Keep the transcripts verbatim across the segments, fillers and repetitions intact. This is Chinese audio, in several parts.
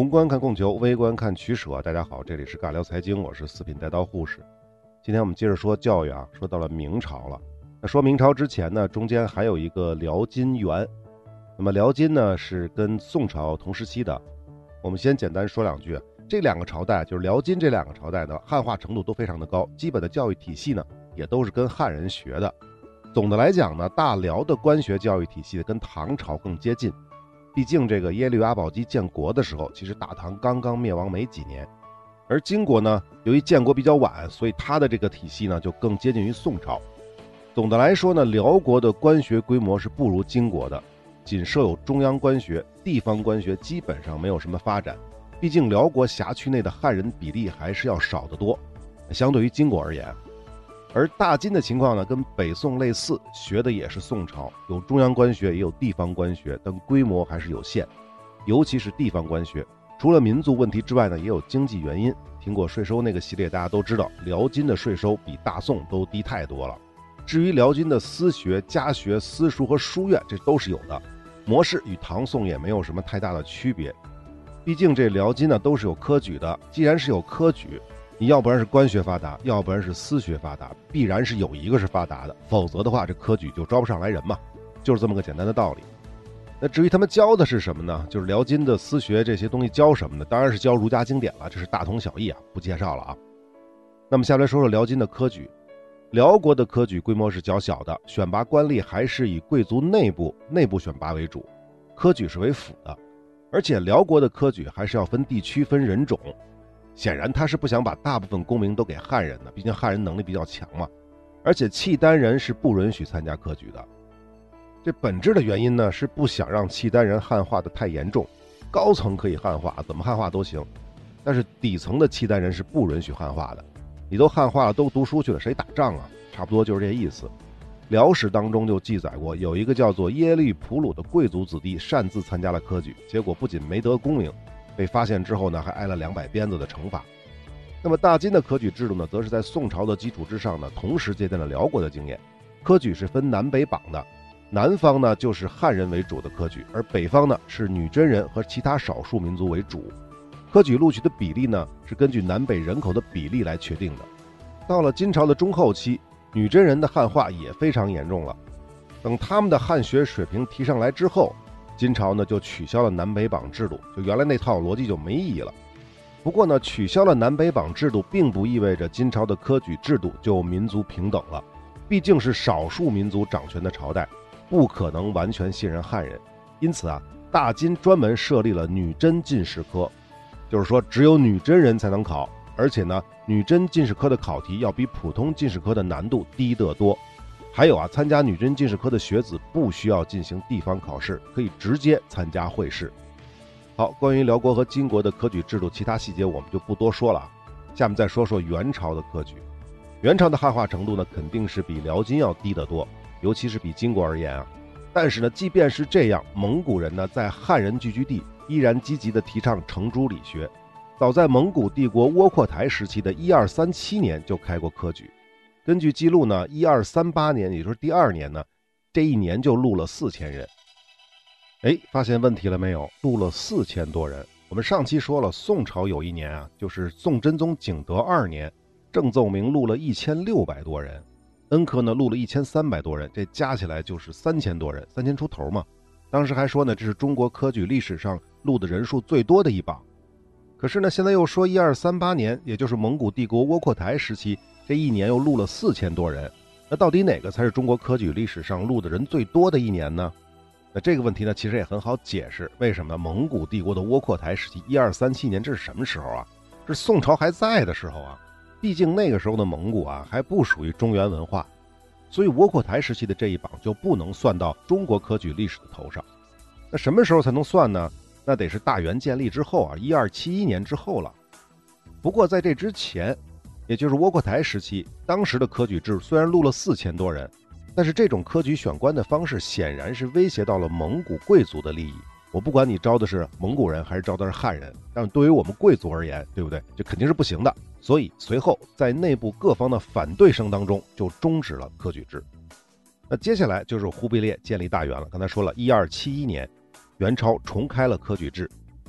宏观看供求，微观看取舍。大家好，这里是尬聊财经，我是四品带刀护士。今天我们接着说教育啊，说到了明朝了。那说明朝之前呢，中间还有一个辽金元。那么辽金呢是跟宋朝同时期的。我们先简单说两句，这两个朝代就是辽金这两个朝代呢，汉化程度都非常的高，基本的教育体系呢也都是跟汉人学的。总的来讲呢，大辽的官学教育体系跟唐朝更接近。毕竟这个耶律阿保机建国的时候，其实大唐刚刚灭亡没几年，而金国呢，由于建国比较晚，所以它的这个体系呢就更接近于宋朝。总的来说呢，辽国的官学规模是不如金国的，仅设有中央官学，地方官学基本上没有什么发展。毕竟辽国辖区内的汉人比例还是要少得多，相对于金国而言。而大金的情况呢，跟北宋类似，学的也是宋朝，有中央官学，也有地方官学，但规模还是有限。尤其是地方官学，除了民族问题之外呢，也有经济原因。听过税收那个系列，大家都知道，辽金的税收比大宋都低太多了。至于辽金的私学、家学、私塾和书院，这都是有的，模式与唐宋也没有什么太大的区别。毕竟这辽金呢都是有科举的，既然是有科举，你要不然是官学发达，要不然是私学发达，必然是有一个是发达的，否则的话这科举就招不上来人嘛，就是这么个简单的道理。那至于他们教的是什么呢？就是辽金的私学这些东西教什么呢？当然是教儒家经典了，这是大同小异啊，不介绍了啊。那么下来说说辽金的科举。辽国的科举规模是较小的，选拔官吏还是以贵族内部内部选拔为主，科举是为辅的。而且辽国的科举还是要分地区分人种，显然他是不想把大部分功名都给汉人的，毕竟汉人能力比较强嘛。而且契丹人是不允许参加科举的。这本质的原因呢，是不想让契丹人汉化的太严重。高层可以汉化，怎么汉化都行，但是底层的契丹人是不允许汉化的。你都汉化了，都读书去了，谁打仗啊？差不多就是这意思。辽史当中就记载过，有一个叫做耶律普鲁的贵族子弟擅自参加了科举，结果不仅没得功名，被发现之后呢，还挨了两百鞭子的惩罚。那么大金的科举制度呢，则是在宋朝的基础之上呢，同时借鉴了辽国的经验。科举是分南北榜的，南方呢就是汉人为主的科举，而北方呢是女真人和其他少数民族为主。科举录取的比例呢，是根据南北人口的比例来确定的。到了金朝的中后期，女真人的汉化也非常严重了。等他们的汉学水平提上来之后，金朝呢就取消了南北榜制度，就原来那套逻辑就没意义了。不过呢，取消了南北榜制度，并不意味着金朝的科举制度就民族平等了。毕竟是少数民族掌权的朝代，不可能完全信任汉人。因此啊，大金专门设立了女真进士科，就是说只有女真人才能考。而且呢，女真进士科的考题要比普通进士科的难度低得多。还有啊，参加女真进士科的学子不需要进行地方考试，可以直接参加会试。好，关于辽国和金国的科举制度，其他细节我们就不多说了。下面再说说元朝的科举。元朝的汉化程度呢，肯定是比辽金要低得多，尤其是比金国而言啊。但是呢，即便是这样，蒙古人呢，在汉人聚居地依然积极地提倡程朱理学。早在蒙古帝国窝阔台时期的一二三七年就开过科举。根据记录呢，一二三八年，也就是第二年呢，这一年就录了四千人。哎，发现问题了没有？录了四千多人。我们上期说了，宋朝有一年啊，就是宋真宗景德二年，郑奏明录了一千六百多人，恩科呢录了一千三百多人，这加起来就是三千多人，三千出头嘛。当时还说呢，这是中国科举历史上录的人数最多的一榜。可是呢，现在又说一二三八年，也就是蒙古帝国窝阔台时期，这一年又录了四千多人。那到底哪个才是中国科举历史上录的人最多的一年呢？那这个问题呢，其实也很好解释。为什么蒙古帝国的窝阔台时期一二三七年，这是什么时候啊？是宋朝还在的时候啊。毕竟那个时候的蒙古啊，还不属于中原文化，所以窝阔台时期的这一榜就不能算到中国科举历史的头上。那什么时候才能算呢？那得是大元建立之后啊，一二七一年之后了。不过在这之前，也就是窝阔台时期，当时的科举制虽然录了四千多人，但是这种科举选官的方式显然是威胁到了蒙古贵族的利益。我不管你招的是蒙古人还是招的是汉人，但对于我们贵族而言，对不对？这肯定是不行的。所以随后在内部各方的反对声当中，就终止了科举制。那接下来就是忽必烈建立大元了。刚才说了，一二七一年，元朝重开了科举制。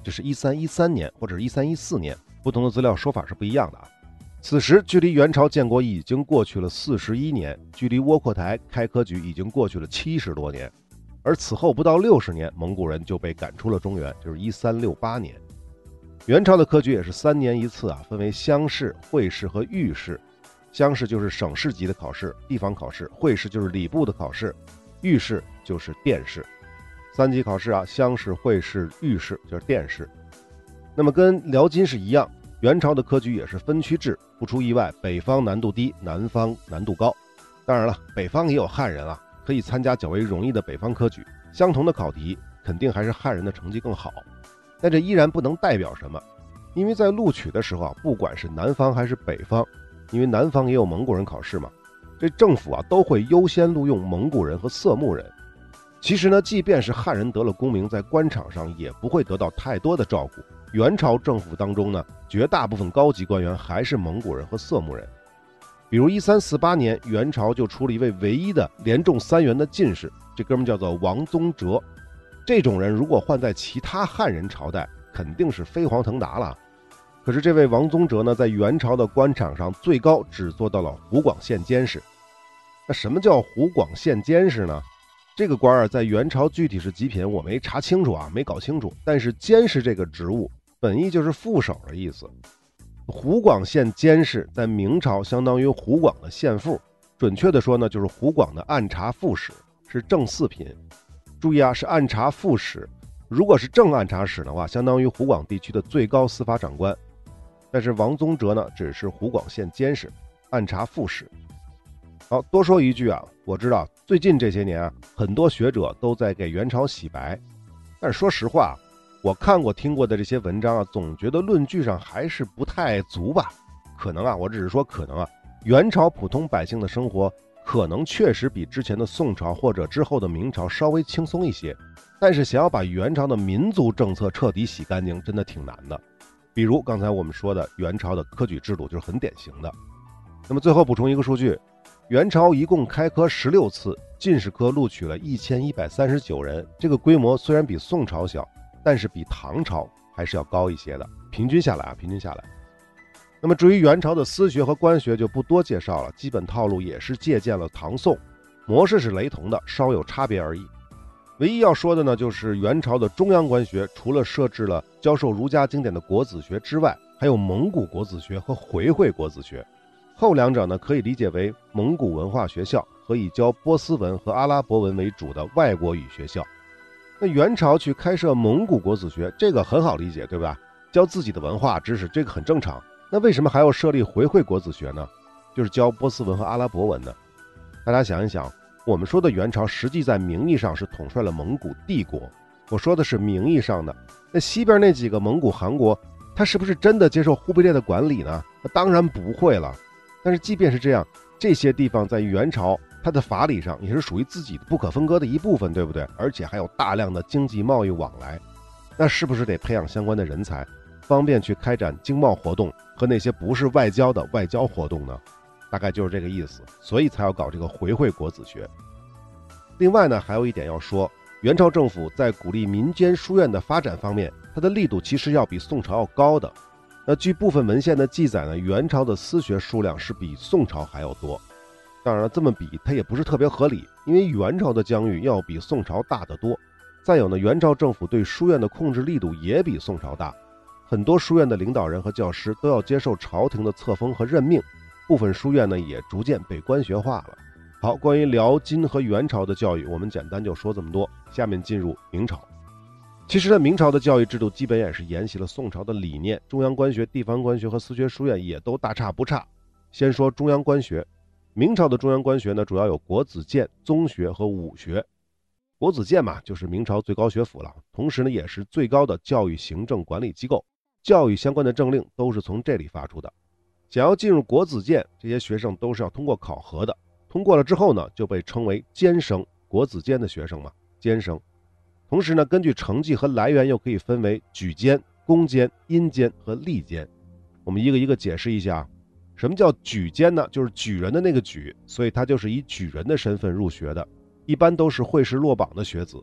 这是一三一三年或者是一三一四年，不同的资料说法是不一样的啊。此时距离元朝建国已经过去了四十一年，距离窝阔台开科举已经过去了七十多年，而此后不到六十年，蒙古人就被赶出了中原，就是一三六八年。元朝的科举也是三年一次啊，分为乡试、会试和御试。乡试就是省市级的考试、地方考试，会试就是礼部的考试，御试就是殿试。三级考试啊，乡试、会试、御试就是殿试。那么跟辽金是一样，元朝的科举也是分区制，不出意外，北方难度低，南方难度高。当然了，北方也有汉人啊，可以参加较为容易的北方科举，相同的考题肯定还是汉人的成绩更好。但这依然不能代表什么，因为在录取的时候啊，不管是南方还是北方，因为南方也有蒙古人考试嘛，这政府啊都会优先录用蒙古人和色目人。其实呢，即便是汉人得了功名，在官场上也不会得到太多的照顾。元朝政府当中呢，绝大部分高级官员还是蒙古人和色目人。比如一三四八年，元朝就出了一位唯一的连中三元的进士，这哥们叫做王宗哲。这种人如果换在其他汉人朝代，肯定是飞黄腾达了。可是这位王宗哲呢，在元朝的官场上最高只做到了湖广县监事。那什么叫湖广县监事呢？这个官儿在元朝具体是几品我没查清楚啊，没搞清楚。但是监事这个职务本意就是副手的意思。湖广县监事在明朝相当于湖广的县赋，准确的说呢，就是湖广的按察副使，是正四品。注意啊，是按察副使。如果是正按察使的话，相当于湖广地区的最高司法长官。但是王宗哲呢，只是湖广县监事，按察副使。好，多说一句啊，我知道最近这些年啊，很多学者都在给元朝洗白，但是说实话，我看过听过的这些文章啊，总觉得论据上还是不太足吧。可能啊，我只是说可能啊，元朝普通百姓的生活可能确实比之前的宋朝或者之后的明朝稍微轻松一些，但是想要把元朝的民族政策彻底洗干净，真的挺难的。比如刚才我们说的元朝的科举制度就是很典型的。那么最后补充一个数据，元朝一共开科十六次，进士科录取了一千一百三十九人，这个规模虽然比宋朝小，但是比唐朝还是要高一些的，平均下来啊，平均下来。那么至于元朝的私学和官学就不多介绍了，基本套路也是借鉴了唐宋，模式是雷同的，稍有差别而已。唯一要说的呢，就是元朝的中央官学除了设置了教授儒家经典的国子学之外，还有蒙古国子学和回会国子学。后两者呢，可以理解为蒙古文化学校和以教波斯文和阿拉伯文为主的外国语学校。那元朝去开设蒙古国子学，这个很好理解，对吧？教自己的文化知识，这个很正常。那为什么还要设立回会国子学呢？就是教波斯文和阿拉伯文呢？大家想一想，我们说的元朝实际在名义上是统帅了蒙古帝国，我说的是名义上的。那西边那几个蒙古汗国，他是不是真的接受忽必烈的管理呢？那当然不会了。但是即便是这样，这些地方在元朝它的法理上也是属于自己的不可分割的一部分，对不对？而且还有大量的经济贸易往来，那是不是得培养相关的人才，方便去开展经贸活动和那些不是外交的外交活动呢？大概就是这个意思，所以才要搞这个回会国子学。另外呢，还有一点要说，元朝政府在鼓励民间书院的发展方面，它的力度其实要比宋朝要高的。那据部分文献的记载呢，元朝的私学数量是比宋朝还要多。当然了，这么比它也不是特别合理，因为元朝的疆域要比宋朝大得多。再有呢，元朝政府对书院的控制力度也比宋朝大，很多书院的领导人和教师都要接受朝廷的册封和任命，部分书院呢也逐渐被官学化了。好，关于辽金和元朝的教育，我们简单就说这么多。下面进入明朝。其实呢，明朝的教育制度基本也是沿袭了宋朝的理念，中央官学、地方官学和私学书院也都大差不差。先说中央官学，明朝的中央官学呢，主要有国子监、宗学和武学。国子监嘛，就是明朝最高学府了，同时呢，也是最高的教育行政管理机构，教育相关的政令都是从这里发出的。想要进入国子监，这些学生都是要通过考核的，通过了之后呢，就被称为监生，国子监的学生嘛，监生。同时呢，根据成绩和来源又可以分为举监、公监、阴监和吏监。我们一个一个解释一下。什么叫举监呢？就是举人的那个举，所以他就是以举人的身份入学的，一般都是会试落榜的学子。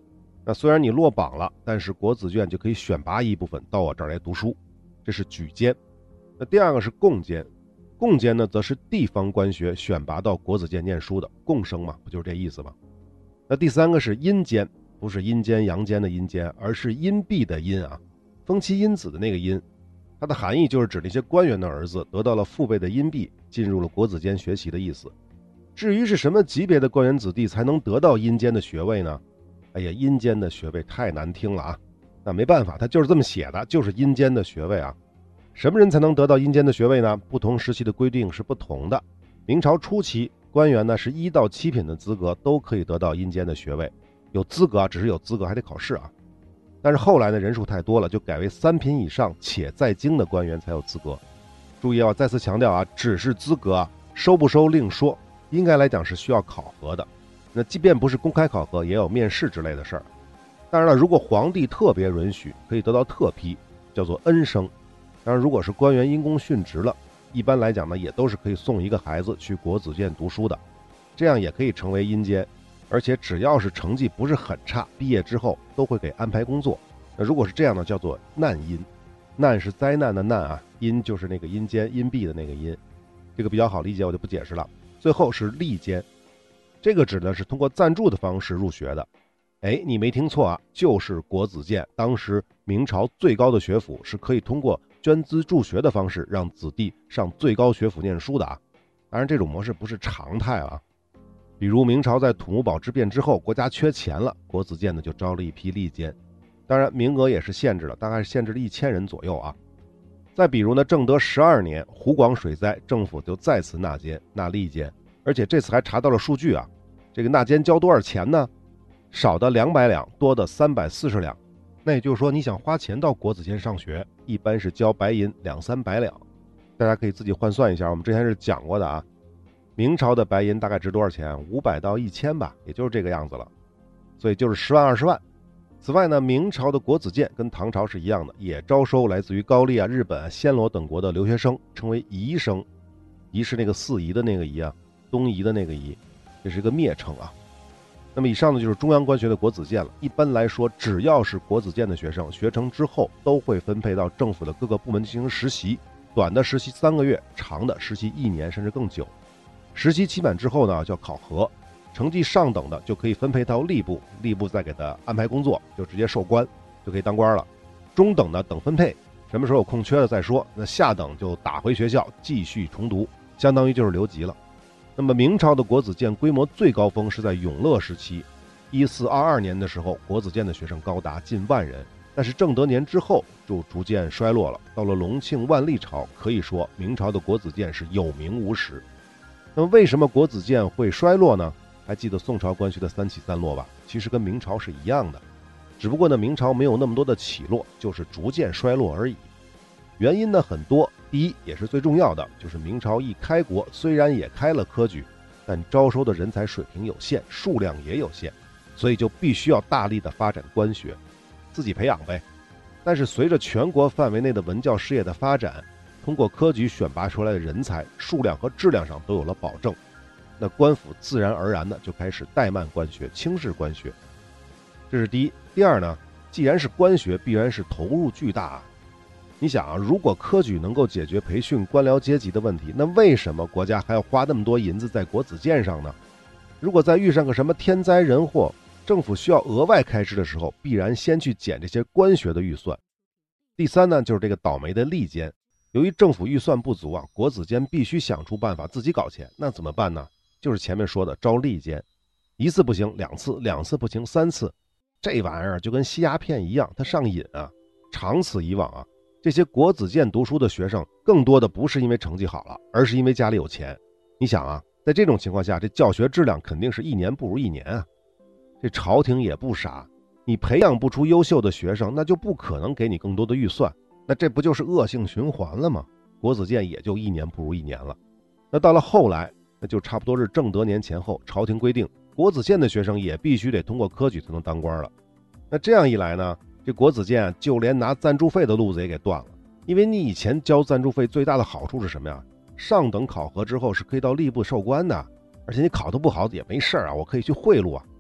那虽然你落榜了，但是国子监就可以选拔一部分到我这儿来读书，这是举监。那第二个是贡监，贡监呢则是地方官学选拔到国子监念书的，贡生嘛，不就是这意思吗？那第三个是阴监，不是阴间阳间的阴间，而是阴币的阴啊，封妻荫子的那个阴，它的含义就是指那些官员的儿子得到了父辈的荫币，进入了国子监学习的意思。至于是什么级别的官员子弟才能得到阴监的学位呢？哎呀，阴间的学位太难听了啊！那没办法，他就是这么写的，就是阴间的学位啊。什么人才能得到阴间的学位呢？不同时期的规定是不同的。明朝初期，官员呢是一到七品的资格都可以得到阴间的学位，有资格啊，只是有资格还得考试啊。但是后来呢，人数太多了，就改为三品以上且在京的官员才有资格。注意啊，再次强调啊，只是资格啊，收不收另说，应该来讲是需要考核的。那即便不是公开考核，也有面试之类的事儿。当然了，如果皇帝特别允许，可以得到特批，叫做恩生。当然，如果是官员因公殉职了，一般来讲呢，也都是可以送一个孩子去国子监读书的，这样也可以成为阴监。而且只要是成绩不是很差，毕业之后都会给安排工作。那如果是这样呢，叫做难阴。难是灾难的难啊，阴就是那个阴间阴币的那个阴，这个比较好理解，我就不解释了。最后是吏监。这个指的是通过赞助的方式入学的。哎，你没听错啊，就是国子监。当时明朝最高的学府是可以通过捐资助学的方式让子弟上最高学府念书的啊。当然这种模式不是常态啊。比如明朝在土木堡之变之后，国家缺钱了，国子监呢就招了一批吏监。当然名额也是限制了，大概是限制了一千人左右啊。再比如呢，正德十二年湖广水灾，政府就再次纳监纳吏监。而且这次还查到了数据啊，这个纳监交多少钱呢？少的两百两，多的三百四十两。那也就是说，你想花钱到国子监上学，一般是交白银两三百两。大家可以自己换算一下，我们之前是讲过的啊。明朝的白银大概值多少钱？五百到一千吧，也就是这个样子了。所以就是十万二十万。此外呢，明朝的国子监跟唐朝是一样的，也招收来自于高丽啊、日本啊、暹罗等国的留学生，称为夷生。夷是那个四夷的那个夷啊。东夷的那个夷，这是一个蔑称啊。那么以上呢就是中央官学的国子监了。一般来说，只要是国子监的学生，学成之后都会分配到政府的各个部门进行实习，短的实习三个月，长的实习一年甚至更久。实习期满之后呢，叫考核，成绩上等的就可以分配到吏部，吏部再给他安排工作，就直接授官，就可以当官了。中等的等分配，什么时候有空缺的再说。那下等就打回学校继续重读，相当于就是留级了。那么明朝的国子监规模最高峰是在永乐时期，一四二二年的时候，国子监的学生高达近万人。但是正德年之后就逐渐衰落了。到了隆庆万历朝，可以说明朝的国子监是有名无实。那么为什么国子监会衰落呢？还记得宋朝官学的三起三落吧？其实跟明朝是一样的，只不过呢明朝没有那么多的起落，就是逐渐衰落而已。原因呢很多，第一也是最重要的，就是明朝一开国，虽然也开了科举，但招收的人才水平有限，数量也有限，所以就必须要大力的发展官学，自己培养呗。但是随着全国范围内的文教事业的发展，通过科举选拔出来的人才数量和质量上都有了保证，那官府自然而然的就开始怠慢官学，轻视官学。这是第一。第二呢，既然是官学，必然是投入巨大啊。你想啊，如果科举能够解决培训官僚阶级的问题，那为什么国家还要花那么多银子在国子监上呢？如果再遇上个什么天灾人祸，政府需要额外开支的时候，必然先去减这些官学的预算。第三呢，就是这个倒霉的吏监。由于政府预算不足啊，国子监必须想出办法自己搞钱。那怎么办呢？就是前面说的招吏监，一次不行，两次，两次不行，三次。这玩意儿就跟吸鸦片一样，它上瘾啊。长此以往啊，这些国子监读书的学生，更多的不是因为成绩好了，而是因为家里有钱。你想啊，在这种情况下，这教学质量肯定是一年不如一年啊。这朝廷也不傻，你培养不出优秀的学生，那就不可能给你更多的预算，那这不就是恶性循环了吗？国子监也就一年不如一年了。那到了后来，那就差不多是正德年前后，朝廷规定国子监的学生也必须得通过科举才能当官了。那这样一来呢，这国子监就连拿赞助费的路子也给断了。因为你以前交赞助费最大的好处是什么呀？上等考核之后是可以到吏部授官的，而且你考得不好也没事啊，我可以去贿赂啊。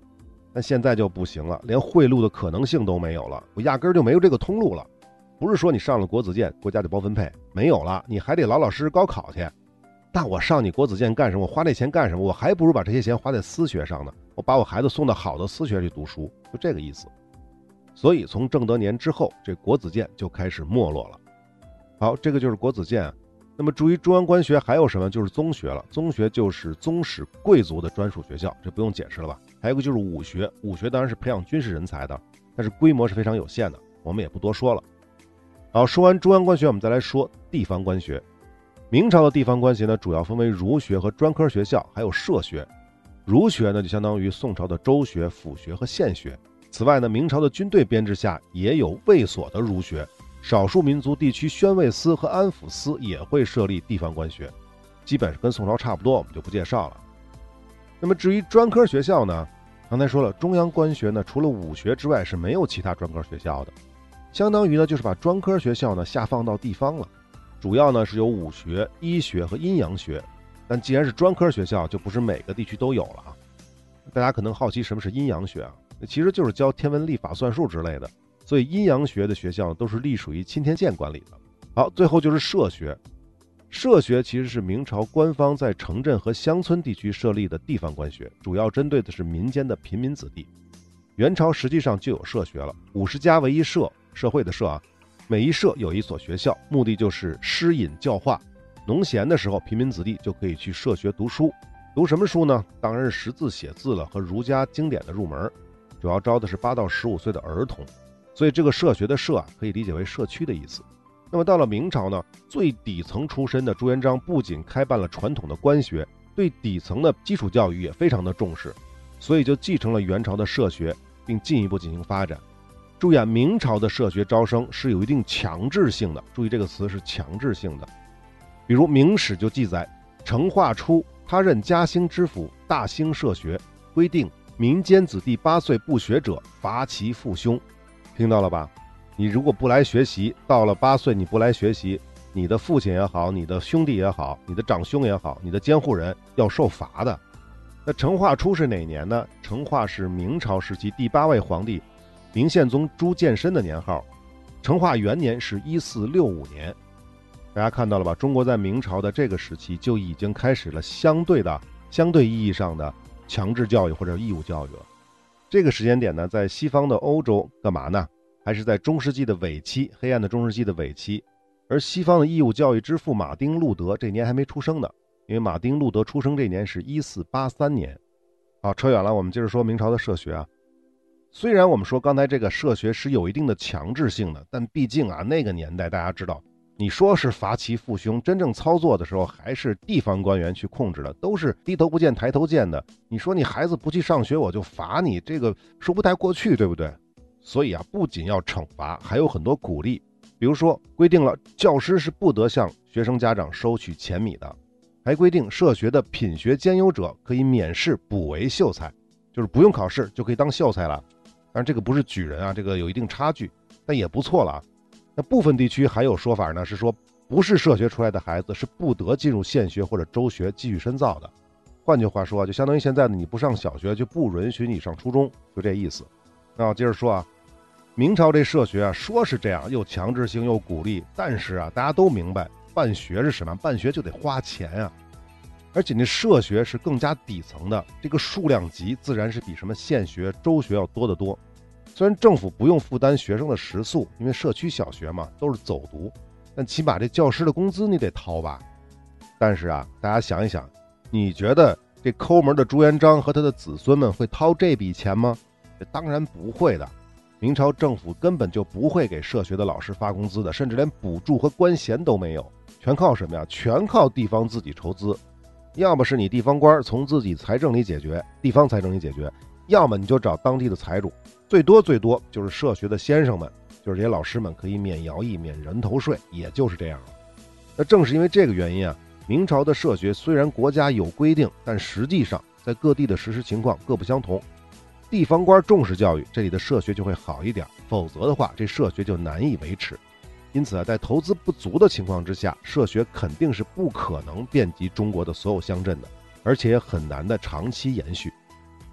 但现在就不行了，连贿赂的可能性都没有了，我压根儿就没有这个通路了。不是说你上了国子监国家就包分配，没有了，你还得老老实实高考去。那我上你国子监干什么？我花那钱干什么？我还不如把这些钱花在私学上呢，我把我孩子送到好的私学去读书，就这个意思。所以从正德年之后，这国子监就开始没落了。好，这个就是国子监啊。那么至于中央官学还有什么？就是宗学了。宗学就是宗室贵族的专属学校，这不用解释了吧？还有一个就是武学，武学当然是培养军事人才的，但是规模是非常有限的，我们也不多说了。好，说完中央官学，我们再来说地方官学。明朝的地方官学呢，主要分为儒学和专科学校，还有社学。儒学呢，就相当于宋朝的州学、府学和县学。此外呢，明朝的军队编制下也有卫所的儒学。少数民族地区宣慰司和安抚司也会设立地方官学，基本是跟宋朝差不多，我们就不介绍了。那么至于专科学校呢，刚才说了，中央官学呢，除了武学之外是没有其他专科学校的，相当于呢就是把专科学校呢下放到地方了，主要呢是有武学、医学和阴阳学。但既然是专科学校，就不是每个地区都有了啊。大家可能好奇什么是阴阳学啊？其实就是教天文历法算术之类的。所以阴阳学的学校都是隶属于钦天监管理的。好，最后就是社学。社学其实是明朝官方在城镇和乡村地区设立的地方官学，主要针对的是民间的贫民子弟。元朝实际上就有社学了，五十家为一社，社会的社啊，每一社有一所学校，目的就是师引教化。农闲的时候，贫民子弟就可以去社学读书。读什么书呢？当然是识字写字了和儒家经典的入门，主要招的是八到十五岁的儿童。所以这个社学的社啊，可以理解为社区的意思。那么到了明朝呢，最底层出身的朱元璋不仅开办了传统的官学，对底层的基础教育也非常的重视，所以就继承了元朝的社学，并进一步进行发展。注意啊，明朝的社学招生是有一定强制性的，注意这个词是强制性的。比如《明史》就记载，成化初，他任嘉兴知府，大兴社学，规定民间子弟八岁不学者，罚其父兄。听到了吧？你如果不来学习，到了八岁你不来学习，你的父亲也好，你的兄弟也好，你的长兄也好，你的监护人要受罚的。那成化初是哪年呢？成化是明朝时期第八位皇帝明宪宗朱见深的年号，成化元年是一四六五年。大家看到了吧？中国在明朝的这个时期就已经开始了相对的、相对意义上的强制教育或者义务教育了。这个时间点呢，在西方的欧洲干嘛呢？还是在中世纪的尾期，黑暗的中世纪的尾期。而西方的义务教育之父马丁·路德这年还没出生呢，因为马丁·路德出生这年是一四八三年。好，扯远了，我们接着说明朝的社学啊。虽然我们说刚才这个社学是有一定的强制性的，但毕竟啊，那个年代大家知道，你说是罚其父兄，真正操作的时候还是地方官员去控制的，都是低头不见抬头见的。你说你孩子不去上学，我就罚你，这个说不太过去，对不对？所以啊，不仅要惩罚，还有很多鼓励。比如说，规定了教师是不得向学生家长收取钱米的，还规定社学的品学兼优者可以免试补为秀才，就是不用考试就可以当秀才了。当然，这个不是举人啊，这个有一定差距，但也不错了啊。那部分地区还有说法呢，是说不是社学出来的孩子是不得进入县学或者州学继续深造的。换句话说啊，就相当于现在的你不上小学就不允许你上初中，就这意思。那我接着说啊，明朝这社学啊，说是这样，又强制性又鼓励，但是啊，大家都明白，办学是什么？办学就得花钱啊，而且那社学是更加底层的，这个数量级自然是比什么县学、州学要多得多。虽然政府不用负担学生的食宿，因为社区小学嘛，都是走读，但起码这教师的工资你得掏吧。但是啊，大家想一想，你觉得这抠门的朱元璋和他的子孙们会掏这笔钱吗？这当然不会的。明朝政府根本就不会给社学的老师发工资的，甚至连补助和官衔都没有，全靠什么呀？全靠地方自己筹资。要么是你地方官从自己财政里解决，地方财政里解决，要么你就找当地的财主，最多最多就是社学的先生们，就是这些老师们可以免徭役、免人头税，也就是这样了。那正是因为这个原因啊，明朝的社学虽然国家有规定，但实际上在各地的实施情况各不相同。地方官重视教育，这里的社学就会好一点，否则的话，这社学就难以维持。因此啊，在投资不足的情况之下，社学肯定是不可能遍及中国的所有乡镇的，而且也很难的长期延续。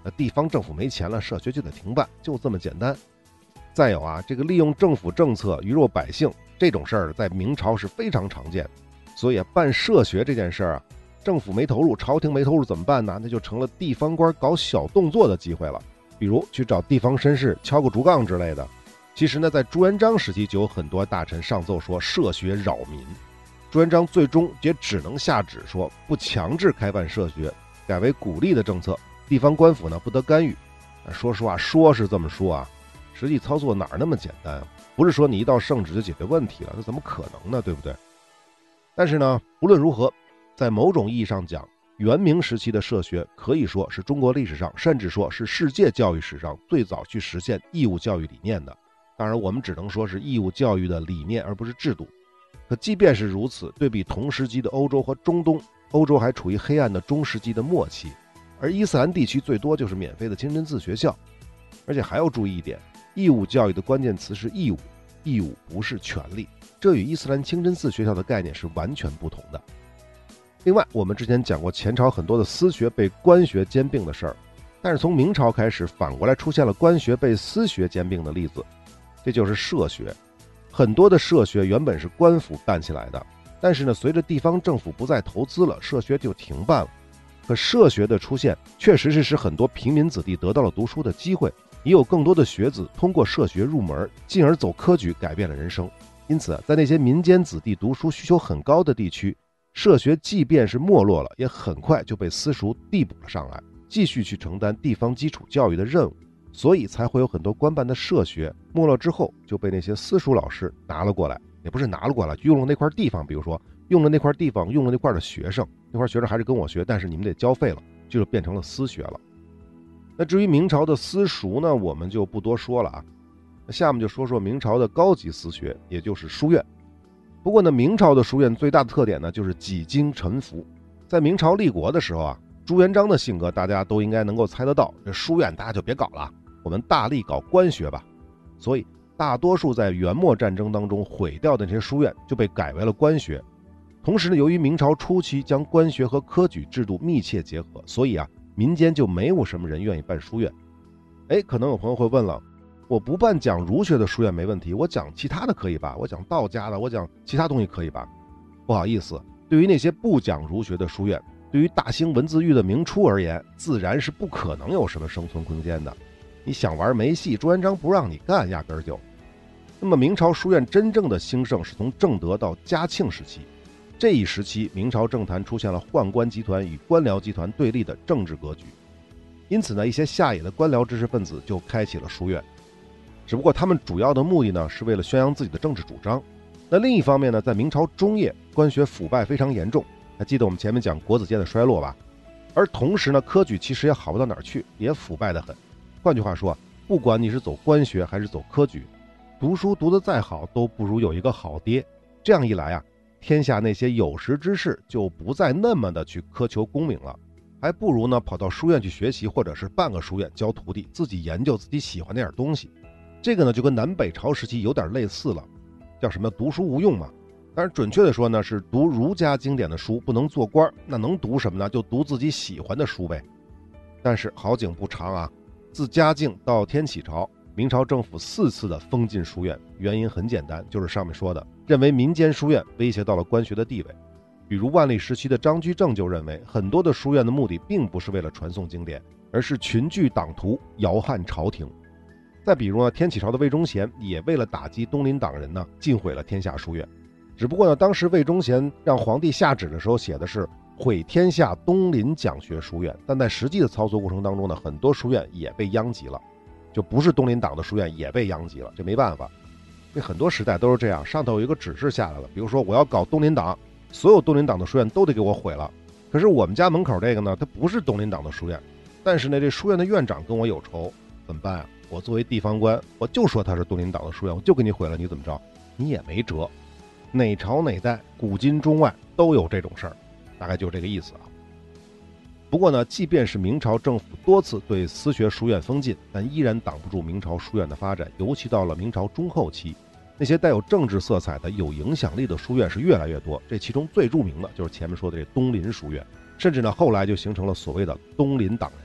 那地方政府没钱了，社学就得停办，就这么简单。再有啊，这个利用政府政策鱼肉百姓这种事儿，在明朝是非常常见。所以啊，办社学这件事儿啊，政府没投入，朝廷没投入怎么办呢？那就成了地方官搞小动作的机会了，比如去找地方绅士敲个竹杠之类的。其实呢，在朱元璋时期就有很多大臣上奏说社学扰民，朱元璋最终也只能下旨说不强制开办社学，改为鼓励的政策，地方官府呢不得干预。说实话，说是这么说啊，实际操作哪那么简单啊？不是说你一道圣旨就解决问题了，那怎么可能呢？对不对？但是呢，无论如何，在某种意义上讲，元明时期的社学可以说是中国历史上，甚至说是世界教育史上最早去实现义务教育理念的。当然我们只能说是义务教育的理念，而不是制度。可即便是如此，对比同时期的欧洲和中东，欧洲还处于黑暗的中世纪的末期，而伊斯兰地区最多就是免费的清真寺学校。而且还要注意一点，义务教育的关键词是义务，义务不是权利，这与伊斯兰清真寺学校的概念是完全不同的。另外，我们之前讲过前朝很多的私学被官学兼并的事儿，但是从明朝开始，反过来出现了官学被私学兼并的例子，这就是社学。很多的社学原本是官府办起来的，但是呢，随着地方政府不再投资了，社学就停办了。可社学的出现确实是使很多平民子弟得到了读书的机会，也有更多的学子通过社学入门，进而走科举，改变了人生。因此在那些民间子弟读书需求很高的地区，社学即便是没落了，也很快就被私塾递补了上来，继续去承担地方基础教育的任务。所以才会有很多官办的社学没落之后就被那些私塾老师拿了过来，也不是拿了过来，用了那块地方，比如说用了那块地方，用了那块的学生，那块学生还是跟我学，但是你们得交费了，就变成了私学了。那至于明朝的私塾呢，我们就不多说了啊。下面就说说明朝的高级私学，也就是书院。不过呢，明朝的书院最大的特点呢，就是几经沉浮。在明朝立国的时候啊，朱元璋的性格大家都应该能够猜得到，这书院大家就别搞了，我们大力搞官学吧。所以大多数在元末战争当中毁掉的这些书院就被改为了官学。同时呢，由于明朝初期将官学和科举制度密切结合，所以啊，民间就没有什么人愿意办书院。哎，可能有朋友会问了，我不办讲儒学的书院没问题，我讲其他的可以吧？我讲道家的，我讲其他东西可以吧？不好意思，对于那些不讲儒学的书院，对于大兴文字狱的明初而言，自然是不可能有什么生存空间的。你想玩没戏，朱元璋不让你干，压根儿就。那么明朝书院真正的兴盛是从正德到嘉庆时期，这一时期明朝政坛出现了宦官集团与官僚集团对立的政治格局，因此呢，一些下野的官僚知识分子就开启了书院。只不过他们主要的目的呢，是为了宣扬自己的政治主张。那另一方面呢，在明朝中叶，官学腐败非常严重，还记得我们前面讲国子监的衰落吧？而同时呢，科举其实也好不到哪儿去，也腐败得很。换句话说，不管你是走官学还是走科举，读书读得再好，都不如有一个好爹。这样一来啊，天下那些有识之士就不再那么的去苛求功名了，还不如呢跑到书院去学习，或者是办个书院教徒弟，自己研究自己喜欢那点东西。这个呢就跟南北朝时期有点类似了，叫什么读书无用嘛。当然准确的说呢，是读儒家经典的书不能做官，那能读什么呢？就读自己喜欢的书呗。但是好景不长啊，自嘉靖到天启朝，明朝政府四次的封禁书院，原因很简单，就是上面说的，认为民间书院威胁到了官学的地位。比如万历时期的张居正就认为，很多的书院的目的并不是为了传颂经典，而是群聚党徒，摇撼朝廷。再比如呢，天启朝的魏忠贤也为了打击东林党人呢，尽毁了天下书院。只不过呢，当时魏忠贤让皇帝下旨的时候写的是毁天下东林讲学书院，但在实际的操作过程当中呢，很多书院也被殃及了，就不是东林党的书院也被殃及了，这没办法。这很多时代都是这样，上头有一个指示下来了，比如说我要搞东林党，所有东林党的书院都得给我毁了。可是我们家门口这个呢，它不是东林党的书院，但是呢，这书院的院长跟我有仇，怎么办啊？我作为地方官，我就说他是东林党的书院，我就给你毁了，你怎么着？你也没辙。哪朝哪代，古今中外都有这种事儿，大概就这个意思啊。不过呢，即便是明朝政府多次对私学书院封禁，但依然挡不住明朝书院的发展。尤其到了明朝中后期，那些带有政治色彩的有影响力的书院是越来越多。这其中最著名的就是前面说的这东林书院，甚至呢后来就形成了所谓的东林党人。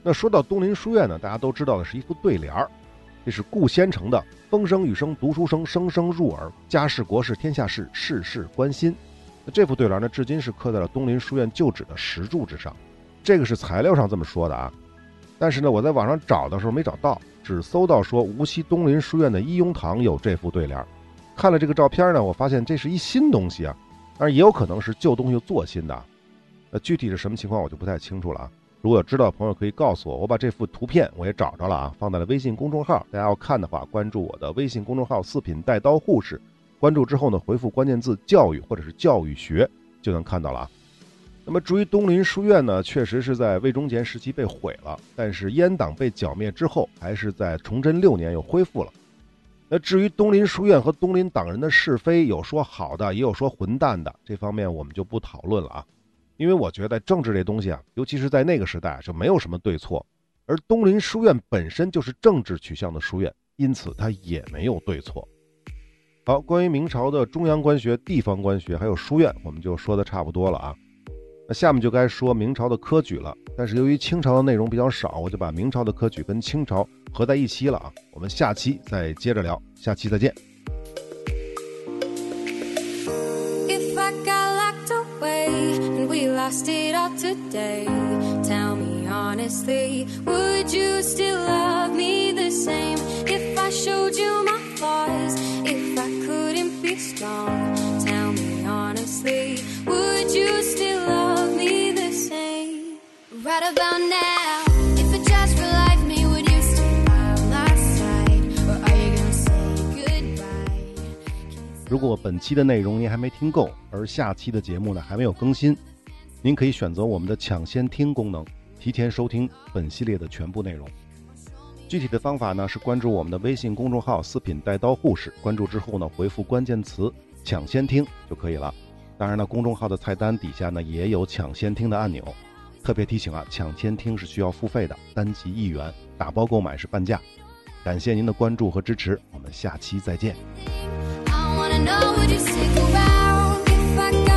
那说到东林书院呢，大家都知道的是一副对联儿，这是顾先成的风声雨声读书声，声声入耳，家事国事天下事，事事关心。那这副对联呢，至今是刻在了东林书院旧址的石柱之上。这个是材料上这么说的啊，但是呢，我在网上找的时候没找到，只搜到说无锡东林书院的一雍堂有这副对联。看了这个照片呢，我发现这是一新东西啊，当然也有可能是旧东西做新的。那具体是什么情况我就不太清楚了啊。如果有知道的朋友可以告诉我，我把这幅图片我也找着了啊，放在了微信公众号。大家要看的话，关注我的微信公众号四品带刀护士，关注之后呢，回复关键字教育或者是教育学就能看到了啊。那么至于东林书院呢，确实是在魏忠贤时期被毁了，但是阉党被剿灭之后，还是在崇祯六年又恢复了。那至于东林书院和东林党人的是非，有说好的，也有说混蛋的，这方面我们就不讨论了啊。因为我觉得政治这东西啊，尤其是在那个时代就没有什么对错，而东林书院本身就是政治取向的书院，因此它也没有对错。好，关于明朝的中央官学、地方官学还有书院，我们就说的差不多了啊。那下面就该说明朝的科举了，但是由于清朝的内容比较少，我就把明朝的科举跟清朝合在一起了啊。我们下期再接着聊，下期再见。 We lost it all today. Tell me honestly, would you still love me the same if I showed you my flaws, if I couldn't be strong? Tell me honestly, would you still love me the same? Right about now, if it just for life me, would you stay by my side, or are you gonna say goodbye? 如果本期的内容您还没听够，而下期的节目呢还没有更新，您可以选择我们的抢先听功能，提前收听本系列的全部内容。具体的方法呢是关注我们的微信公众号四品带刀护士，关注之后呢回复关键词抢先听就可以了。当然呢，公众号的菜单底下呢也有抢先听的按钮。特别提醒啊，抢先听是需要付费的，单集一元，打包购买是半价。感谢您的关注和支持，我们下期再见。I wanna know, would you stick around if I got